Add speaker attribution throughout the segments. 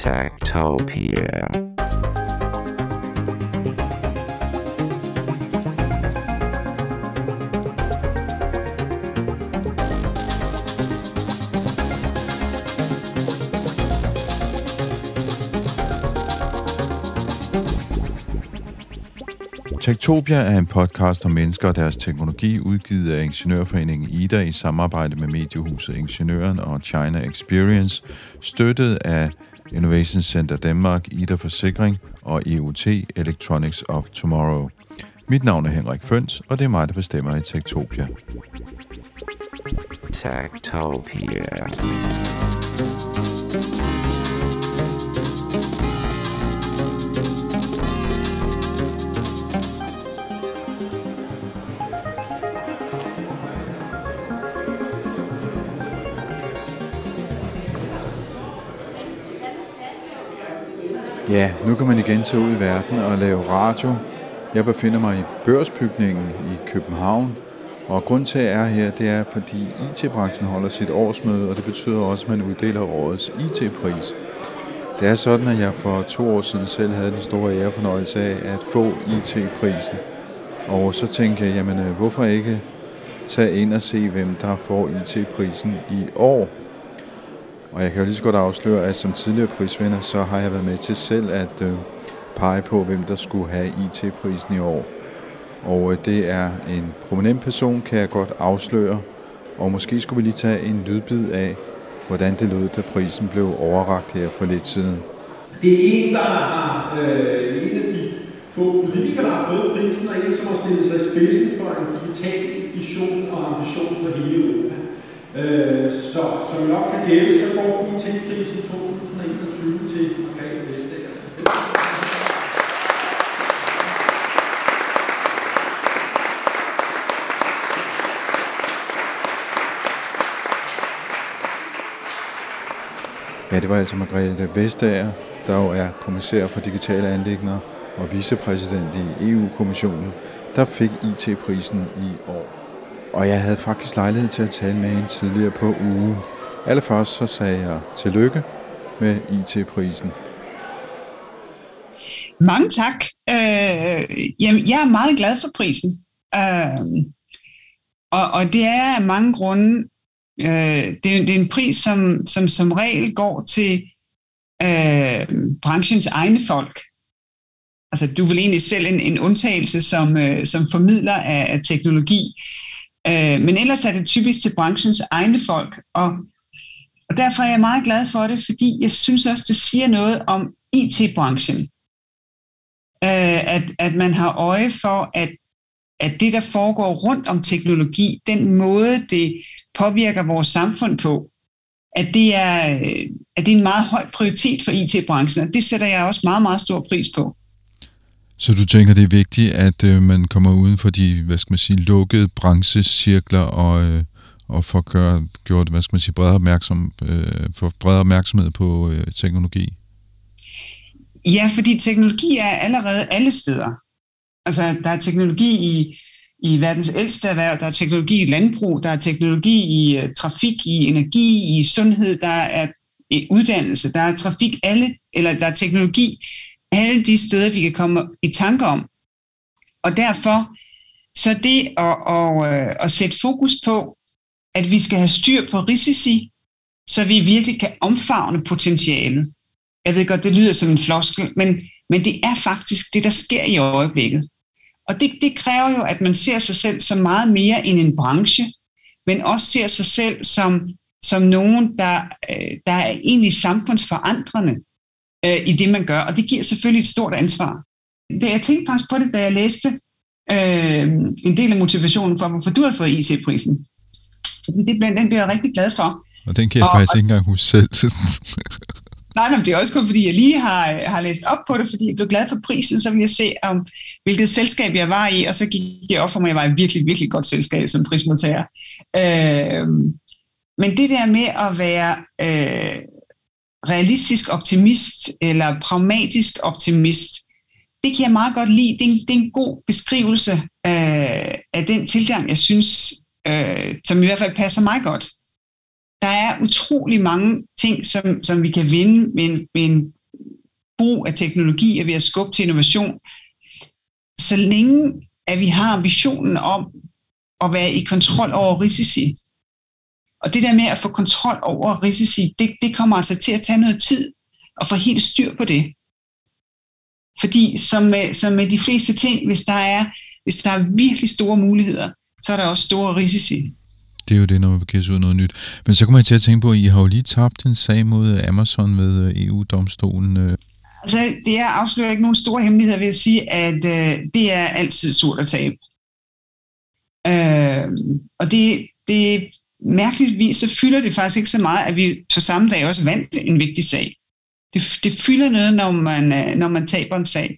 Speaker 1: Techtopia.
Speaker 2: Techtopia er en podcast om mennesker og deres teknologi, udgivet af Ingeniørforeningen IDA i samarbejde med mediehuset Ingeniøren og China Experience, støttet af Innovation Center Danmark, IDA Forsikring og EUT Electronics of Tomorrow. Mit navn er Henrik Føns, og det er mig, der bestemmer i Techtopia.
Speaker 1: Techtopia.
Speaker 2: Ja, nu kan man igen tage ud i verden og lave radio. Jeg befinder mig i Børsbygningen i København, og grund til at jeg er her, det er, fordi IT-branchen holder sit årsmøde, og det betyder også, at man uddeler årets IT-pris. Det er sådan, at jeg for 2 år siden selv havde den store ærefornøjelse af at få IT-prisen. Og så tænkte jeg, jamen hvorfor ikke tage ind og se, hvem der får IT-prisen i år? Og jeg kan jo lige så godt afsløre, at som tidligere prisvinder, så har jeg været med til selv at pege på, hvem der skulle have IT-prisen i år. Og det er en prominent person, kan jeg godt afsløre. Og måske skulle vi lige tage en lydbid af, hvordan det lød, da prisen blev overrakt her for lidt siden.
Speaker 3: Det er en, der har en af de få politikere, der har fået prisen, og en, som har stillet sig i spidsen for en digital vision og ambition for hele Europa. Så som nok kan gælde, så går IT-prisen 2021 til Margrethe Vestager.
Speaker 2: Ja, det var altså Margrethe Vestager, der jo er kommissær for digitale anliggender og vicepræsident i EU-kommissionen, der fik IT-prisen i år. Og jeg havde faktisk lejlighed til at tale med hende tidligere på ugen. Allerførst så sagde jeg tillykke med IT-prisen.
Speaker 4: Mange tak. Jamen, jeg er meget glad for prisen. Og det er af mange grunde. Det er en pris, som regel går til branchens egne folk. Altså, du er vel egentlig selv en undtagelse som formidler af teknologi. Men ellers er det typisk til branchens egne folk, og derfor er jeg meget glad for det, fordi jeg synes også, det siger noget om IT-branchen. At man har øje for, at det, der foregår rundt om teknologi, den måde, det påvirker vores samfund på, at det er en meget høj prioritet for IT-branchen, og det sætter jeg også meget, meget stor pris på.
Speaker 2: Så du tænker, det er vigtigt, at man kommer uden for de, lukkede branchecirkler og får gjort, bredere opmærksomhed på teknologi?
Speaker 4: Ja, fordi teknologi er allerede alle steder. Altså, der er teknologi i verdens ældste erhverv, der er teknologi i landbrug, der er teknologi i trafik, i energi, i sundhed, der er uddannelse, der er der er teknologi alle de steder, vi kan komme i tanke om. Og derfor, så det at sætte fokus på, at vi skal have styr på risici, så vi virkelig kan omfavne potentialet. Jeg ved godt, det lyder som en floskel, men det er faktisk det, der sker i øjeblikket. Og det kræver jo, at man ser sig selv som meget mere end en branche, men også ser sig selv som nogen, der er egentlig samfundsforandrende i det, man gør. Og det giver selvfølgelig et stort ansvar. Jeg tænkte faktisk på det, da jeg læste en del af motivationen for, hvorfor du har fået IT-prisen. Fordi den bliver jeg rigtig glad for.
Speaker 2: Og den kan jeg faktisk ikke engang huske selv.
Speaker 4: Nej, men det er også kun fordi, jeg lige har læst op på det, fordi jeg blev glad for prisen, så ville jeg se, hvilket selskab jeg var i, og så gik det op for mig, at jeg var i virkelig, virkelig godt selskab som prismodtager. Men det der med at være realistisk optimist eller pragmatisk optimist, det kan jeg meget godt lide. Det er en god beskrivelse af den tilgang, jeg synes, som i hvert fald passer mig godt. Der er utrolig mange ting, som vi kan vinde med brug af teknologi er ved at skubbe til innovation, så længe at vi har ambitionen om at være i kontrol over risici. Og det der med at få kontrol over risici, det kommer altså til at tage noget tid at få helt styr på det. Fordi som med de fleste ting, hvis der er virkelig store muligheder, så er der også store risici.
Speaker 2: Det er jo det, når man begiver sig ud noget nyt. Men så kommer jeg til at tænke på, at I har jo lige tabt en sag mod Amazon ved EU-domstolen.
Speaker 4: Altså, det afslører ikke nogen store hemmeligheder ved at sige, at det er altid surt at tabe. Og det mærkeligvis, så fylder det faktisk ikke så meget, at vi på samme dag også vandt en vigtig sag. Det fylder noget, når man taber en sag.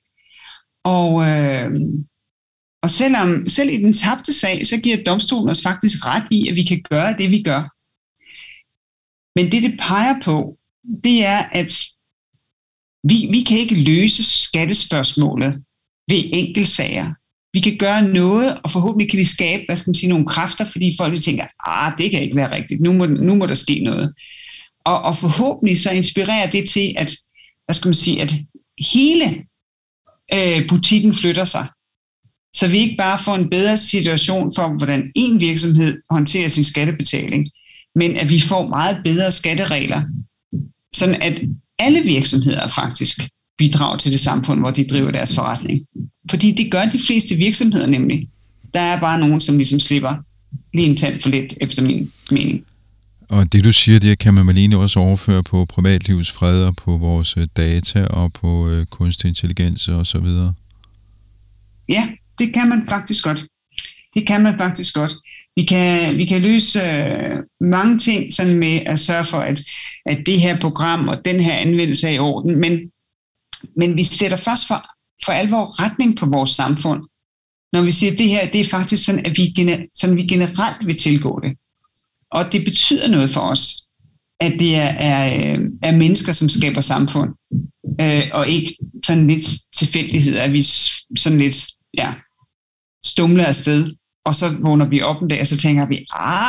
Speaker 4: Og selv i den tabte sag, så giver domstolen os faktisk ret i, at vi kan gøre det, vi gør. Men det peger på, det er, at vi kan ikke løse skattespørgsmålet ved enkeltsager. Vi kan gøre noget, og forhåbentlig kan vi skabe, nogle kræfter, fordi folk tænker, det kan ikke være rigtigt, nu må der ske noget. Og forhåbentlig så inspirerer det til, at, at hele butikken flytter sig. Så vi ikke bare får en bedre situation for, hvordan en virksomhed håndterer sin skattebetaling, men at vi får meget bedre skatteregler, sådan at alle virksomheder faktisk bidrager til det samfund, hvor de driver deres forretning. Fordi det gør de fleste virksomheder nemlig. Der er bare nogen, som ligesom slipper lige en tand for lidt, efter min mening.
Speaker 2: Og det du siger, det kan man vel egentlig også overføre på privatlivsfred og på vores data og på kunstig intelligens og så videre.
Speaker 4: Ja, det kan man faktisk godt. Vi kan løse mange ting sådan med at sørge for, at det her program og den her anvendelse er i orden, men vi sætter først for alvor retning på vores samfund, når vi siger, at det her det er faktisk sådan, at vi generelt vil tilgå det. Og det betyder noget for os, at det er mennesker, som skaber samfund, og ikke sådan lidt tilfældighed, at vi sådan lidt stumler afsted, og så vågner vi op en dag, og så tænker vi,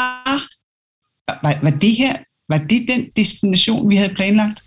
Speaker 4: var det den destination, vi havde planlagt?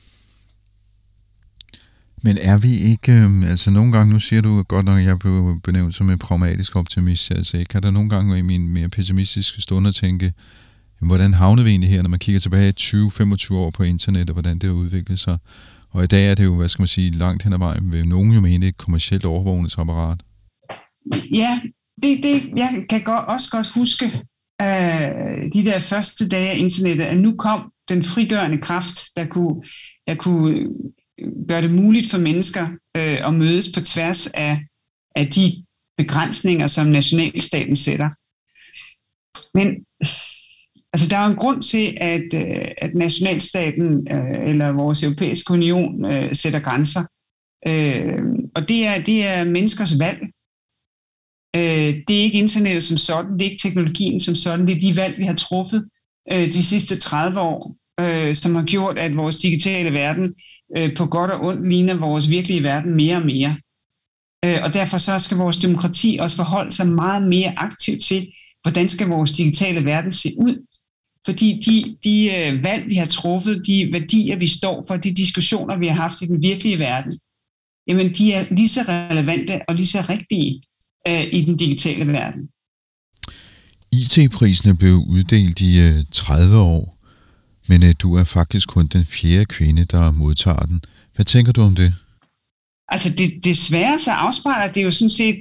Speaker 2: Men er vi ikke, altså nogle gange, nu siger du godt nok, at jeg blev benævnt som en pragmatisk optimist, altså kan der nogle gange i min mere pessimistiske stunder tænke, hvordan havnede vi egentlig her, når man kigger tilbage 20-25 år på internet, og hvordan det har udviklet sig? Og i dag er det jo, langt hen ad vejen, vil nogen jo mene et kommercielt overvågningsapparat. Ja,
Speaker 4: jeg kan også godt huske de der første dage af internettet, at nu kom den frigørende kraft, der kunne gøre det muligt for mennesker at mødes på tværs af de begrænsninger, som nationalstaten sætter. Men altså, der er en grund til, at nationalstaten eller vores europæiske union sætter grænser. Og det er menneskers valg. Det er ikke internettet som sådan, det er ikke teknologien som sådan, det er de valg, vi har truffet de sidste 30 år, som har gjort, at vores digitale verden på godt og ondt ligner vores virkelige verden mere og mere. Og derfor så skal vores demokrati også forholde sig meget mere aktivt til, hvordan skal vores digitale verden se ud. Fordi de valg, vi har truffet, de værdier, vi står for, de diskussioner, vi har haft i den virkelige verden, jamen de er lige så relevante og lige så rigtige i den digitale verden.
Speaker 2: IT-prisen blev uddelt i 30 år, men du er faktisk kun den 4. kvinde, der modtager den. Hvad tænker du om det?
Speaker 4: Altså desværre så afspejler det jo sådan set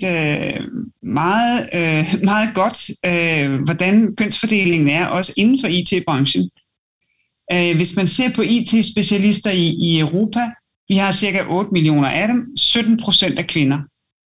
Speaker 4: meget godt, hvordan kønsfordelingen er, også inden for IT-branchen. Hvis man ser på IT-specialister i Europa, vi har cirka 8 millioner af dem, 17% af kvinder.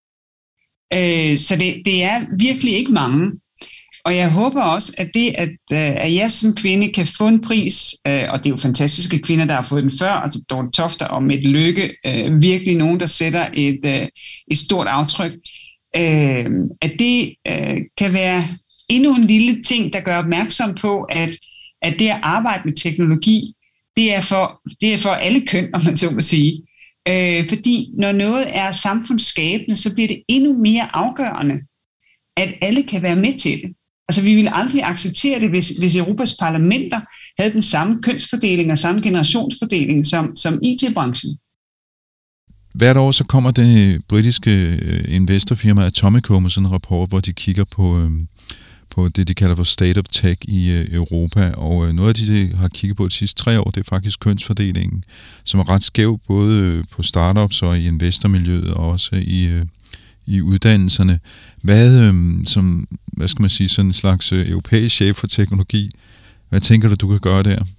Speaker 4: Så det er virkelig ikke mange. Og jeg håber også, at det, at jeg som kvinde kan få en pris, og det er jo fantastiske kvinder, der har fået den før, altså Dorte Tofter og Mette Lykke, virkelig nogen, der sætter et stort aftryk, at det kan være endnu en lille ting, der gør opmærksom på, at det at arbejde med teknologi, det er for alle køn, om man så må sige. Fordi når noget er samfundsskabende, så bliver det endnu mere afgørende, at alle kan være med til det. Altså vi ville aldrig acceptere det, hvis Europas parlamenter havde den samme kønsfordeling og samme generationsfordeling som IT-branchen.
Speaker 2: Hvert år så kommer det britiske investorfirma Atomico med sådan en rapport, hvor de kigger på det, de kalder for State of Tech i Europa. Og noget af det, de har kigget på de sidste 3 år, det er faktisk kønsfordelingen, som er ret skæv både på startups og i investormiljøet og også i uddannelserne. Hvad skal man sige, sådan en slags europæisk chef for teknologi, hvad tænker du kan gøre der?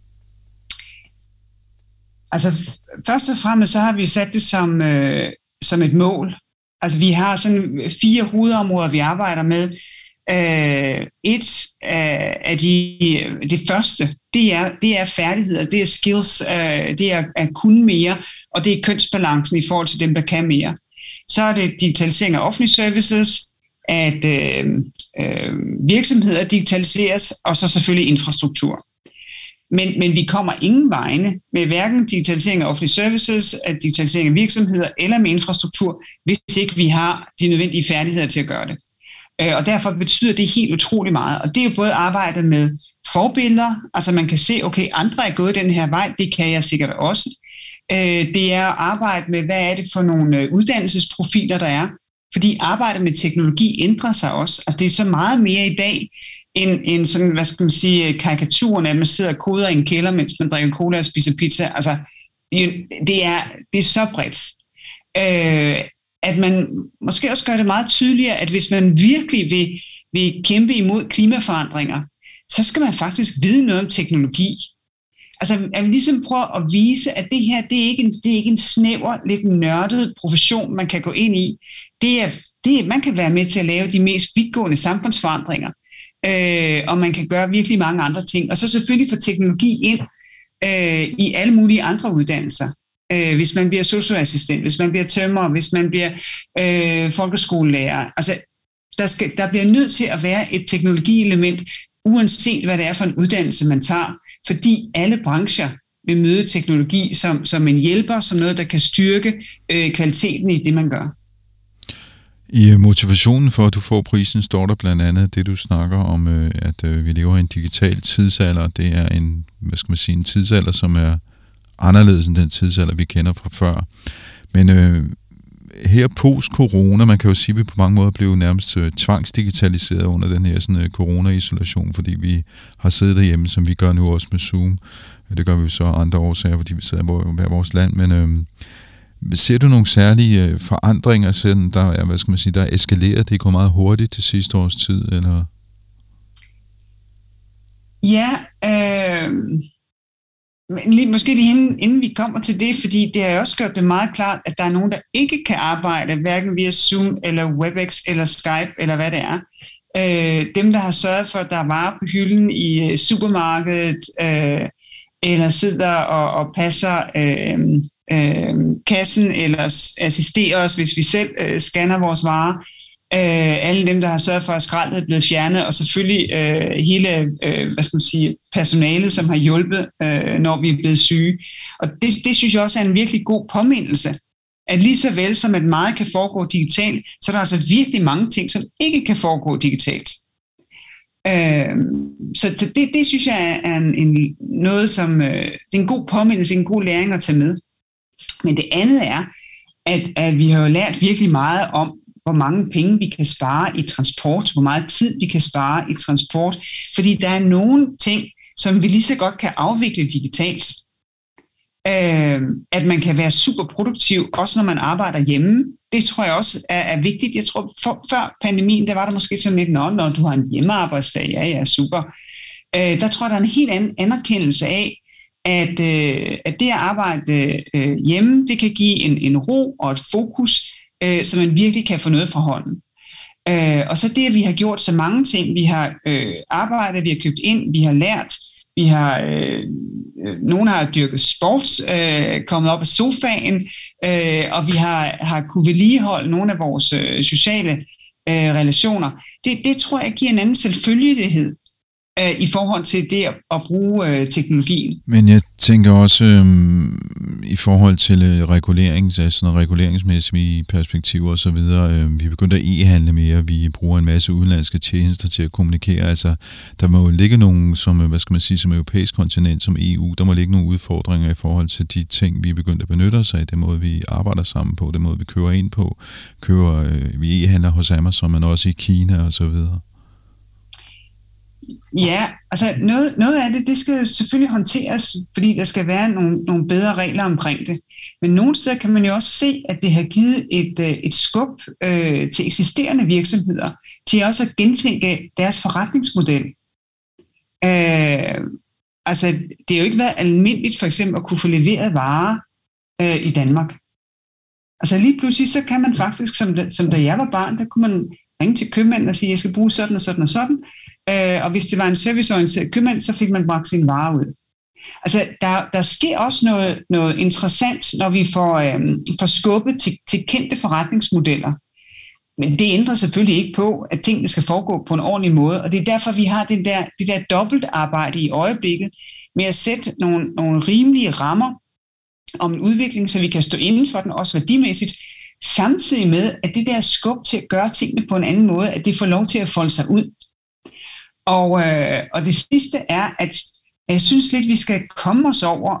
Speaker 4: Altså, først og fremmest så har vi sat det som et mål. Altså, vi har sådan 4 hovedområder, vi arbejder med. Det første, det er færdigheder, det er skills, det er at kunne mere, og det er kønsbalancen i forhold til dem, der kan mere. Så er det digitalisering af offentlige services, at virksomheder digitaliseres, og så selvfølgelig infrastruktur. Men vi kommer ingen vegne med hverken digitalisering af offentlige services, digitalisering af virksomheder eller med infrastruktur, hvis ikke vi har de nødvendige færdigheder til at gøre det. Og derfor betyder det helt utrolig meget. Og det er jo både arbejdet med forbilleder, altså man kan se, okay, andre er gået den her vej, det kan jeg sikkert også. Det er at arbejde med, hvad er det for nogle uddannelsesprofiler, der er. Fordi arbejdet med teknologi ændrer sig også. Altså det er så meget mere i dag, end sådan, hvad skal man sige, karikaturen af, at man sidder og koder i en kælder, mens man drikker cola og spiser pizza. Altså, det er så bredt. At man måske også gør det meget tydeligere, at hvis man virkelig vil kæmpe imod klimaforandringer, så skal man faktisk vide noget om teknologi. Altså, jeg vil ligesom prøve at vise, at det her, det er ikke en snæver, lidt nørdet profession, man kan gå ind i. Man kan være med til at lave de mest vidtgående samfundsforandringer, og man kan gøre virkelig mange andre ting. Og så selvfølgelig få teknologi ind i alle mulige andre uddannelser. Hvis man bliver socioassistent, hvis man bliver tømrer, hvis man bliver folkeskolelærer. Altså, der bliver nødt til at være et teknologielement, uanset hvad det er for en uddannelse, man tager, fordi alle brancher vil møde teknologi som en hjælper, som noget, der kan styrke kvaliteten i det, man gør.
Speaker 2: I motivationen for, at du får prisen, står der blandt andet det, du snakker om, at vi lever i en digital tidsalder. Det er en tidsalder, som er anderledes end den tidsalder, vi kender fra før. Men her post-corona, man kan jo sige, at vi på mange måder blev nærmest tvangsdigitaliseret under den her sådan, corona-isolation, fordi vi har siddet derhjemme, som vi gør nu også med Zoom. Det gør vi jo så andre årsager, fordi vi sidder i hver vores land. Men ser du nogle særlige forandringer, sådan, der er, der er eskaleret? Det går meget hurtigt til sidste års tid, eller?
Speaker 4: Ja, måske lige inden vi kommer til det, fordi det har også gjort det meget klart, at der er nogen, der ikke kan arbejde, hverken via Zoom eller Webex eller Skype eller hvad det er. Dem, der har sørget for, at der er varer på hylden i supermarkedet, eller sidder og passer kassen, eller assisterer os, hvis vi selv scanner vores varer. Alle dem, der har sørget for, at skraldet er blevet fjernet, og selvfølgelig hele personalet, som har hjulpet, når vi er blevet syge. Og det synes jeg også er en virkelig god påmindelse, at lige så vel som at meget kan foregå digitalt, så er der altså virkelig mange ting, som ikke kan foregå digitalt. Så det synes jeg er noget, som det er en god påmindelse, en god læring at tage med. Men det andet er, at vi har jo lært virkelig meget om, hvor mange penge vi kan spare i transport, hvor meget tid vi kan spare i transport, fordi der er nogle ting, som vi lige så godt kan afvikle digitalt. At man kan være super produktiv, også når man arbejder hjemme. Det tror jeg også er vigtigt. Jeg tror, før pandemien, der var der måske sådan lidt, når du har en hjemmearbejdsdag, ja, super. Der tror jeg, der er en helt anden anerkendelse af, at det at arbejde hjemme, det kan give en ro og et fokus, så man virkelig kan få noget fra hånden. Og så det, at vi har gjort så mange ting, vi har arbejdet, vi har købt ind, vi har lært, vi har nogen har dyrket sport, kommet op af sofaen, og vi har kunne vedligeholde nogle af vores sociale relationer. Det tror jeg giver en anden selvfølgelighed. i forhold til det at bruge teknologien.
Speaker 2: Men jeg tænker også i forhold til reguleringsmæssige perspektiver og så videre. Vi begynder at e-handle mere, vi bruger en masse udenlandske tjenester til at kommunikere. Altså, der må jo ligge nogle, som europæisk kontinent, som EU, der må ligge nogle udfordringer i forhold til de ting, vi er begyndt at benytte os af, den måde, vi arbejder sammen på, den måde, vi kører ind på, vi e-handler hos Amazon, men også i Kina og så videre.
Speaker 4: Ja, altså noget af det skal jo selvfølgelig håndteres, fordi der skal være nogle bedre regler omkring det. Men nogle steder kan man jo også se, at det har givet et skub til eksisterende virksomheder, til også at gentænke deres forretningsmodel. Altså, det har jo ikke været almindeligt for eksempel at kunne få leveret varer i Danmark. Altså lige pludselig, så kan man faktisk, som da jeg var barn, der kunne man ringe til købmanden og sige, jeg skal bruge sådan og sådan og sådan. Og hvis det var en serviceorienteret købmand, så fik man bragt sine varer ud. Altså, der sker også noget interessant, når vi får skubbet til kendte forretningsmodeller. Men det ændrer selvfølgelig ikke på, at tingene skal foregå på en ordentlig måde, og det er derfor, vi har det der dobbeltarbejde i øjeblikket med at sætte nogle rimelige rammer om en udvikling, så vi kan stå inden for den, også værdimæssigt, samtidig med, at det der skub til at gøre tingene på en anden måde, at det får lov til at folde sig ud. Og det sidste er, at jeg synes lidt, vi skal komme os over,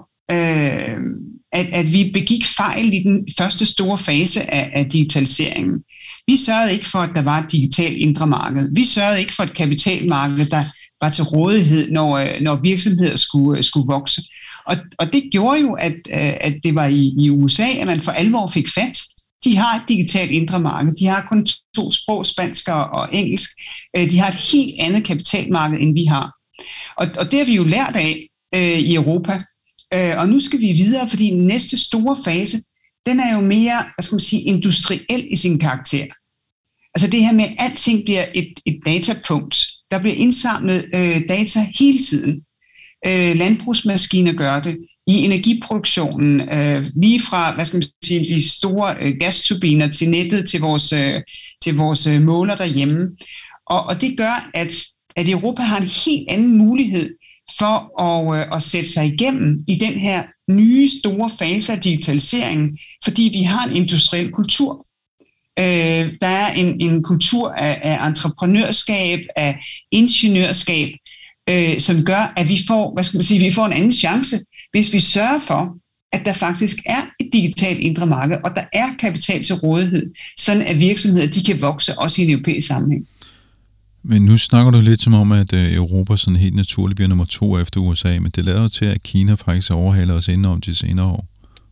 Speaker 4: at vi begik fejl i den første store fase af digitaliseringen. Vi sørgede ikke for, at der var et digitalt indre marked. Vi sørgede ikke for et kapitalmarked, der var til rådighed, når virksomheder skulle vokse. Og det gjorde jo, at det var i USA, at man for alvor fik fat. De har et digitalt indre marked. De har kun 2 sprog, spansk og engelsk. De har et helt andet kapitalmarked, end vi har. Og det har vi jo lært af i Europa. Og nu skal vi videre, fordi den næste store fase, den er jo mere, industriel i sin karakter. Altså det her med, at alting bliver et datapunkt. Der bliver indsamlet data hele tiden. Landbrugsmaskiner gør det. I energiproduktionen, lige fra de store gasturbiner til nettet, til vores måler derhjemme. Og det gør, at Europa har en helt anden mulighed for at sætte sig igennem i den her nye store fase af digitaliseringen, fordi vi har en industriel kultur. Der er en kultur af entreprenørskab, af ingeniørskab, som gør, at vi får en anden chance, hvis vi sørger for, at der faktisk er et digitalt indre marked, og der er kapital til rådighed, sådan at virksomheder de kan vokse også i en europæisk sammenhæng.
Speaker 2: Men nu snakker du lidt som om, at Europa sådan helt naturligt bliver nummer 2 efter USA, men det lader til, at Kina faktisk overhaler os indenom de senere år.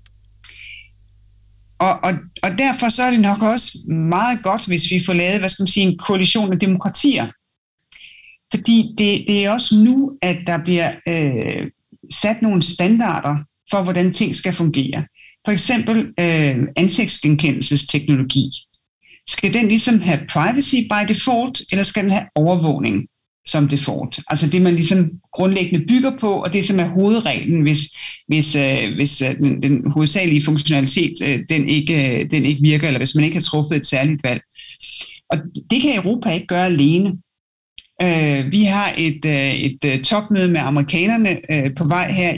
Speaker 4: Og derfor så er det nok også meget godt, hvis vi får lavet, en koalition af demokratier. Fordi det er også nu, at der bliver sat nogle standarder for, hvordan ting skal fungere. For eksempel ansigtsgenkendelsesteknologi. Skal den ligesom have privacy by default, eller skal den have overvågning som default? Altså det, man ligesom grundlæggende bygger på, og det som er hovedreglen, hvis den hovedsagelige funktionalitet den ikke virker, eller hvis man ikke har truffet et særligt valg. Og det kan Europa ikke gøre alene. Vi har et topmøde med amerikanerne på vej her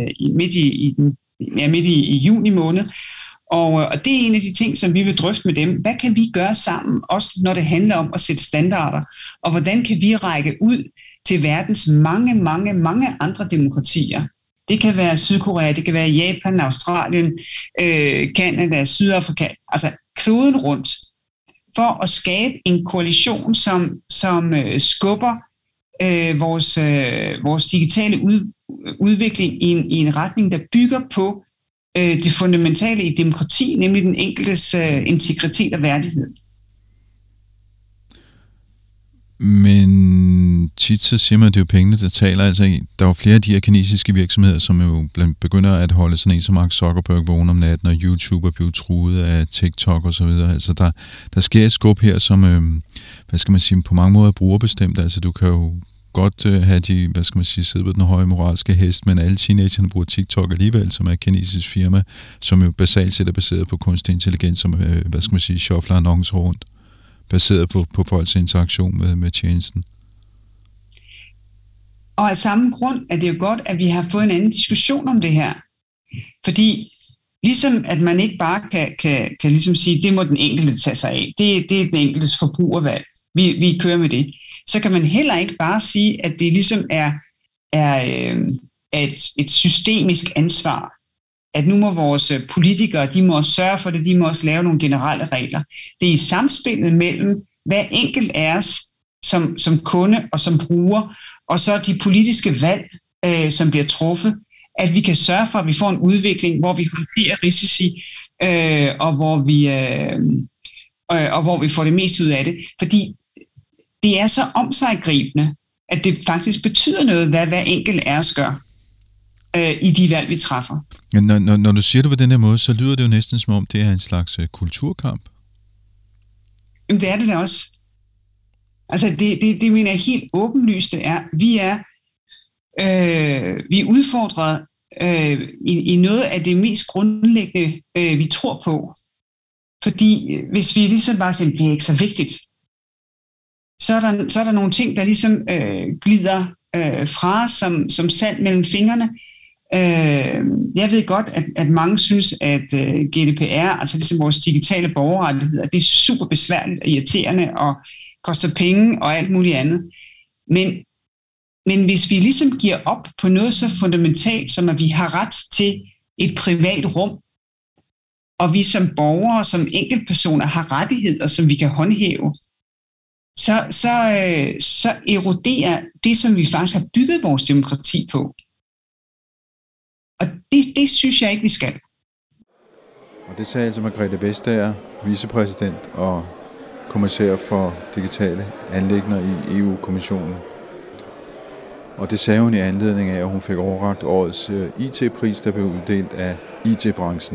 Speaker 4: midt i juni måned, og det er en af de ting, som vi vil drøfte med dem. Hvad kan vi gøre sammen, også når det handler om at sætte standarder, og hvordan kan vi række ud til verdens mange andre demokratier? Det kan være Sydkorea, det kan være Japan, Australien, Canada, Sydafrika, altså kloden rundt, for at skabe en koalition, som skubber vores digitale udvikling i en retning, der bygger på det fundamentale i demokrati, nemlig den enkeltes integritet og værdighed.
Speaker 2: Men tit så siger man, at det er jo pengene, der taler. Altså, der er jo flere af de her kinesiske virksomheder, som jo begynder at holde sådan en som Mark Zuckerberg vågen om natten, og YouTuber bliver truet af TikTok og så videre. Altså, der sker et skub her, som, på mange måder er brugerbestemt. Altså, du kan jo godt have de, sidde på den høje moralske hest, men alle teenagerne bruger TikTok alligevel, som er et kinesisk firma, som jo basalt set er baseret på kunstig intelligens, som, shuffler annoncer rundt, baseret på folks interaktion med tjenesten.
Speaker 4: Og af samme grund er det jo godt, at vi har fået en anden diskussion om det her. Fordi ligesom at man ikke bare kan ligesom sige, det må den enkelte tage sig af. Det er den enkeltes forbrugervalg. Vi kører med det. Så kan man heller ikke bare sige, at det ligesom er et systemisk ansvar. At nu må vores politikere, de må også sørge for det, de må også lave nogle generelle regler. Det er i samspillet mellem hver enkelt af os som kunde og som bruger, og så de politiske valg, som bliver truffet, at vi kan sørge for, at vi får en udvikling, hvor vi håndterer risici, og hvor vi får det mest ud af det. Fordi det er så omsiggribende, at det faktisk betyder noget, hvad hver enkelt af os gør i de valg, vi træffer.
Speaker 2: Ja, når du siger det på den her måde, så lyder det jo næsten som om, det er en slags kulturkamp.
Speaker 4: Jamen, det er det da også. Altså, det mener jeg helt åbenlyst, det er. Vi er udfordret i noget af det mest grundlæggende, vi tror på. Fordi hvis vi ligesom bare siger, det er ikke så vigtigt, så er der nogle ting, der ligesom glider fra som sand mellem fingrene. Jeg ved godt, at mange synes, at GDPR, altså ligesom vores digitale borgerrettigheder, det er super besværligt og irriterende og koster penge og alt muligt andet. Men hvis vi ligesom giver op på noget så fundamentalt, som at vi har ret til et privat rum, og vi som borgere, som enkeltpersoner har rettigheder, som vi kan håndhæve, så eroderer det, som vi faktisk har bygget vores demokrati på. Og det synes jeg ikke, vi skal.
Speaker 2: Og det sagde altså Margrethe Vestager, vicepræsident og kommissær for digitale anliggender i EU-kommissionen. Og det sagde hun i anledning af, at hun fik overrakt årets IT-pris, der blev uddelt af IT-branchen.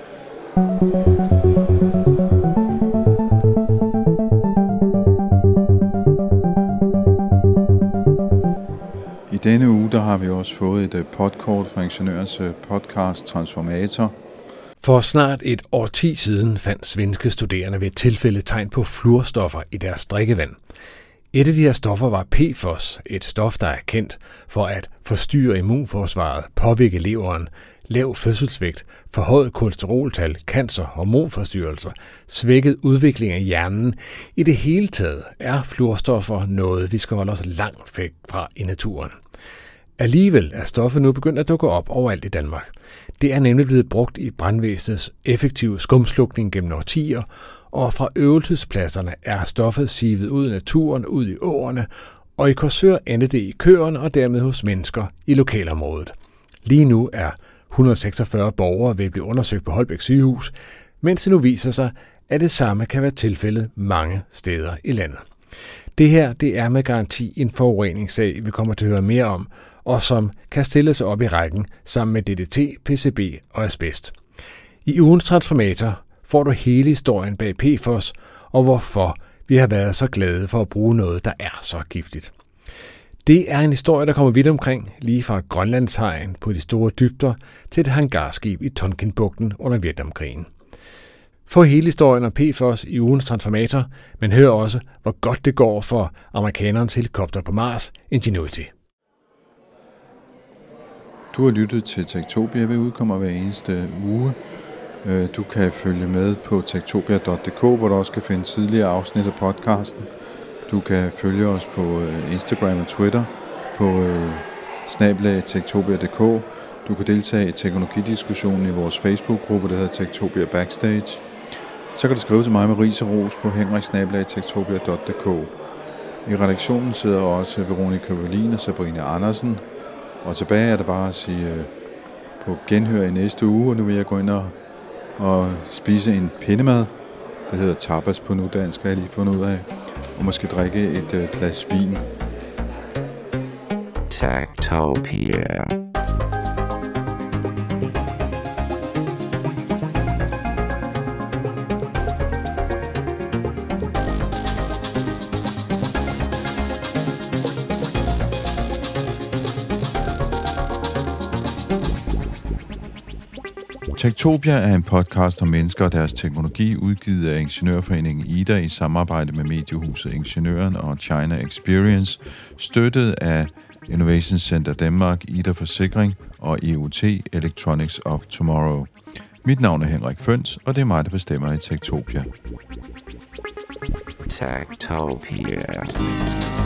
Speaker 2: I denne uge der har vi også fået et podkort fra Ingeniørens podcast Transformator.
Speaker 5: For snart et årti siden fandt svenske studerende ved et tilfælde tegn på fluorstoffer i deres drikkevand. Et af de her stoffer var PFOS, et stof, der er kendt for at forstyrre immunforsvaret, påvirke leveren, lav fødselsvægt, forhøjet kolesteroltal, cancer, hormonforstyrrelser, svækket udvikling af hjernen. I det hele taget er fluorstoffer noget, vi skal holde os langt væk fra i naturen. Alligevel er stoffet nu begyndt at dukke op overalt i Danmark. Det er nemlig blevet brugt i brandvæsenets effektive skumslukning gennem årtier, og fra øvelsespladserne er stoffet sivet ud i naturen, ud i åerne, og i Korsør endte det i køerne og dermed hos mennesker i lokalområdet. Lige nu er 146 borgere ved at blive undersøgt på Holbæk sygehus, mens det nu viser sig, at det samme kan være tilfældet mange steder i landet. Det her det er med garanti en forureningssag, vi kommer til at høre mere om, og som kan stille sig op i rækken sammen med DDT, PCB og asbest. I ugens Transformator får du hele historien bag PFOS, og hvorfor vi har været så glade for at bruge noget, der er så giftigt. Det er en historie, der kommer vidt omkring, lige fra Grønlandshegn på de store dybder til et hangarskib i Tonkinbugten under Vietnamkrigen. Få hele historien om PFOS i ugens Transformator, men hør også, hvor godt det går for amerikanernes helikopter på Mars, Ingenuity.
Speaker 2: Du har lyttet til Techtopia, vi udkommer hver eneste uge. Du kan følge med på techtopia.dk, hvor du også kan finde tidligere afsnit af podcasten. Du kan følge os på Instagram og Twitter på @techtopia.dk. Du kan deltage i teknologidiskussionen i vores Facebook-gruppe, der hedder Techtopia Backstage. Så kan du skrive til mig med ris og ros på henrik@techtopia.dk. I redaktionen sidder også Veronica Wallin og Sabrina Andersen. Og tilbage er det bare at sige på genhør i næste uge, og nu vil jeg gå ind og spise en pindemad. Det hedder tapas på nudansk, har jeg lige fundet ud af. Og måske drikke et glas vin.
Speaker 1: Techtopia.
Speaker 2: Techtopia er en podcast om mennesker og deres teknologi, udgivet af Ingeniørforeningen IDA i samarbejde med mediehuset Ingeniøren og China Experience, støttet af Innovation Center Danmark, Ida Forsikring og EUT Electronics of Tomorrow. Mit navn er Henrik Føns, og det er mig, der bestemmer i Techtopia.
Speaker 1: Techtopia.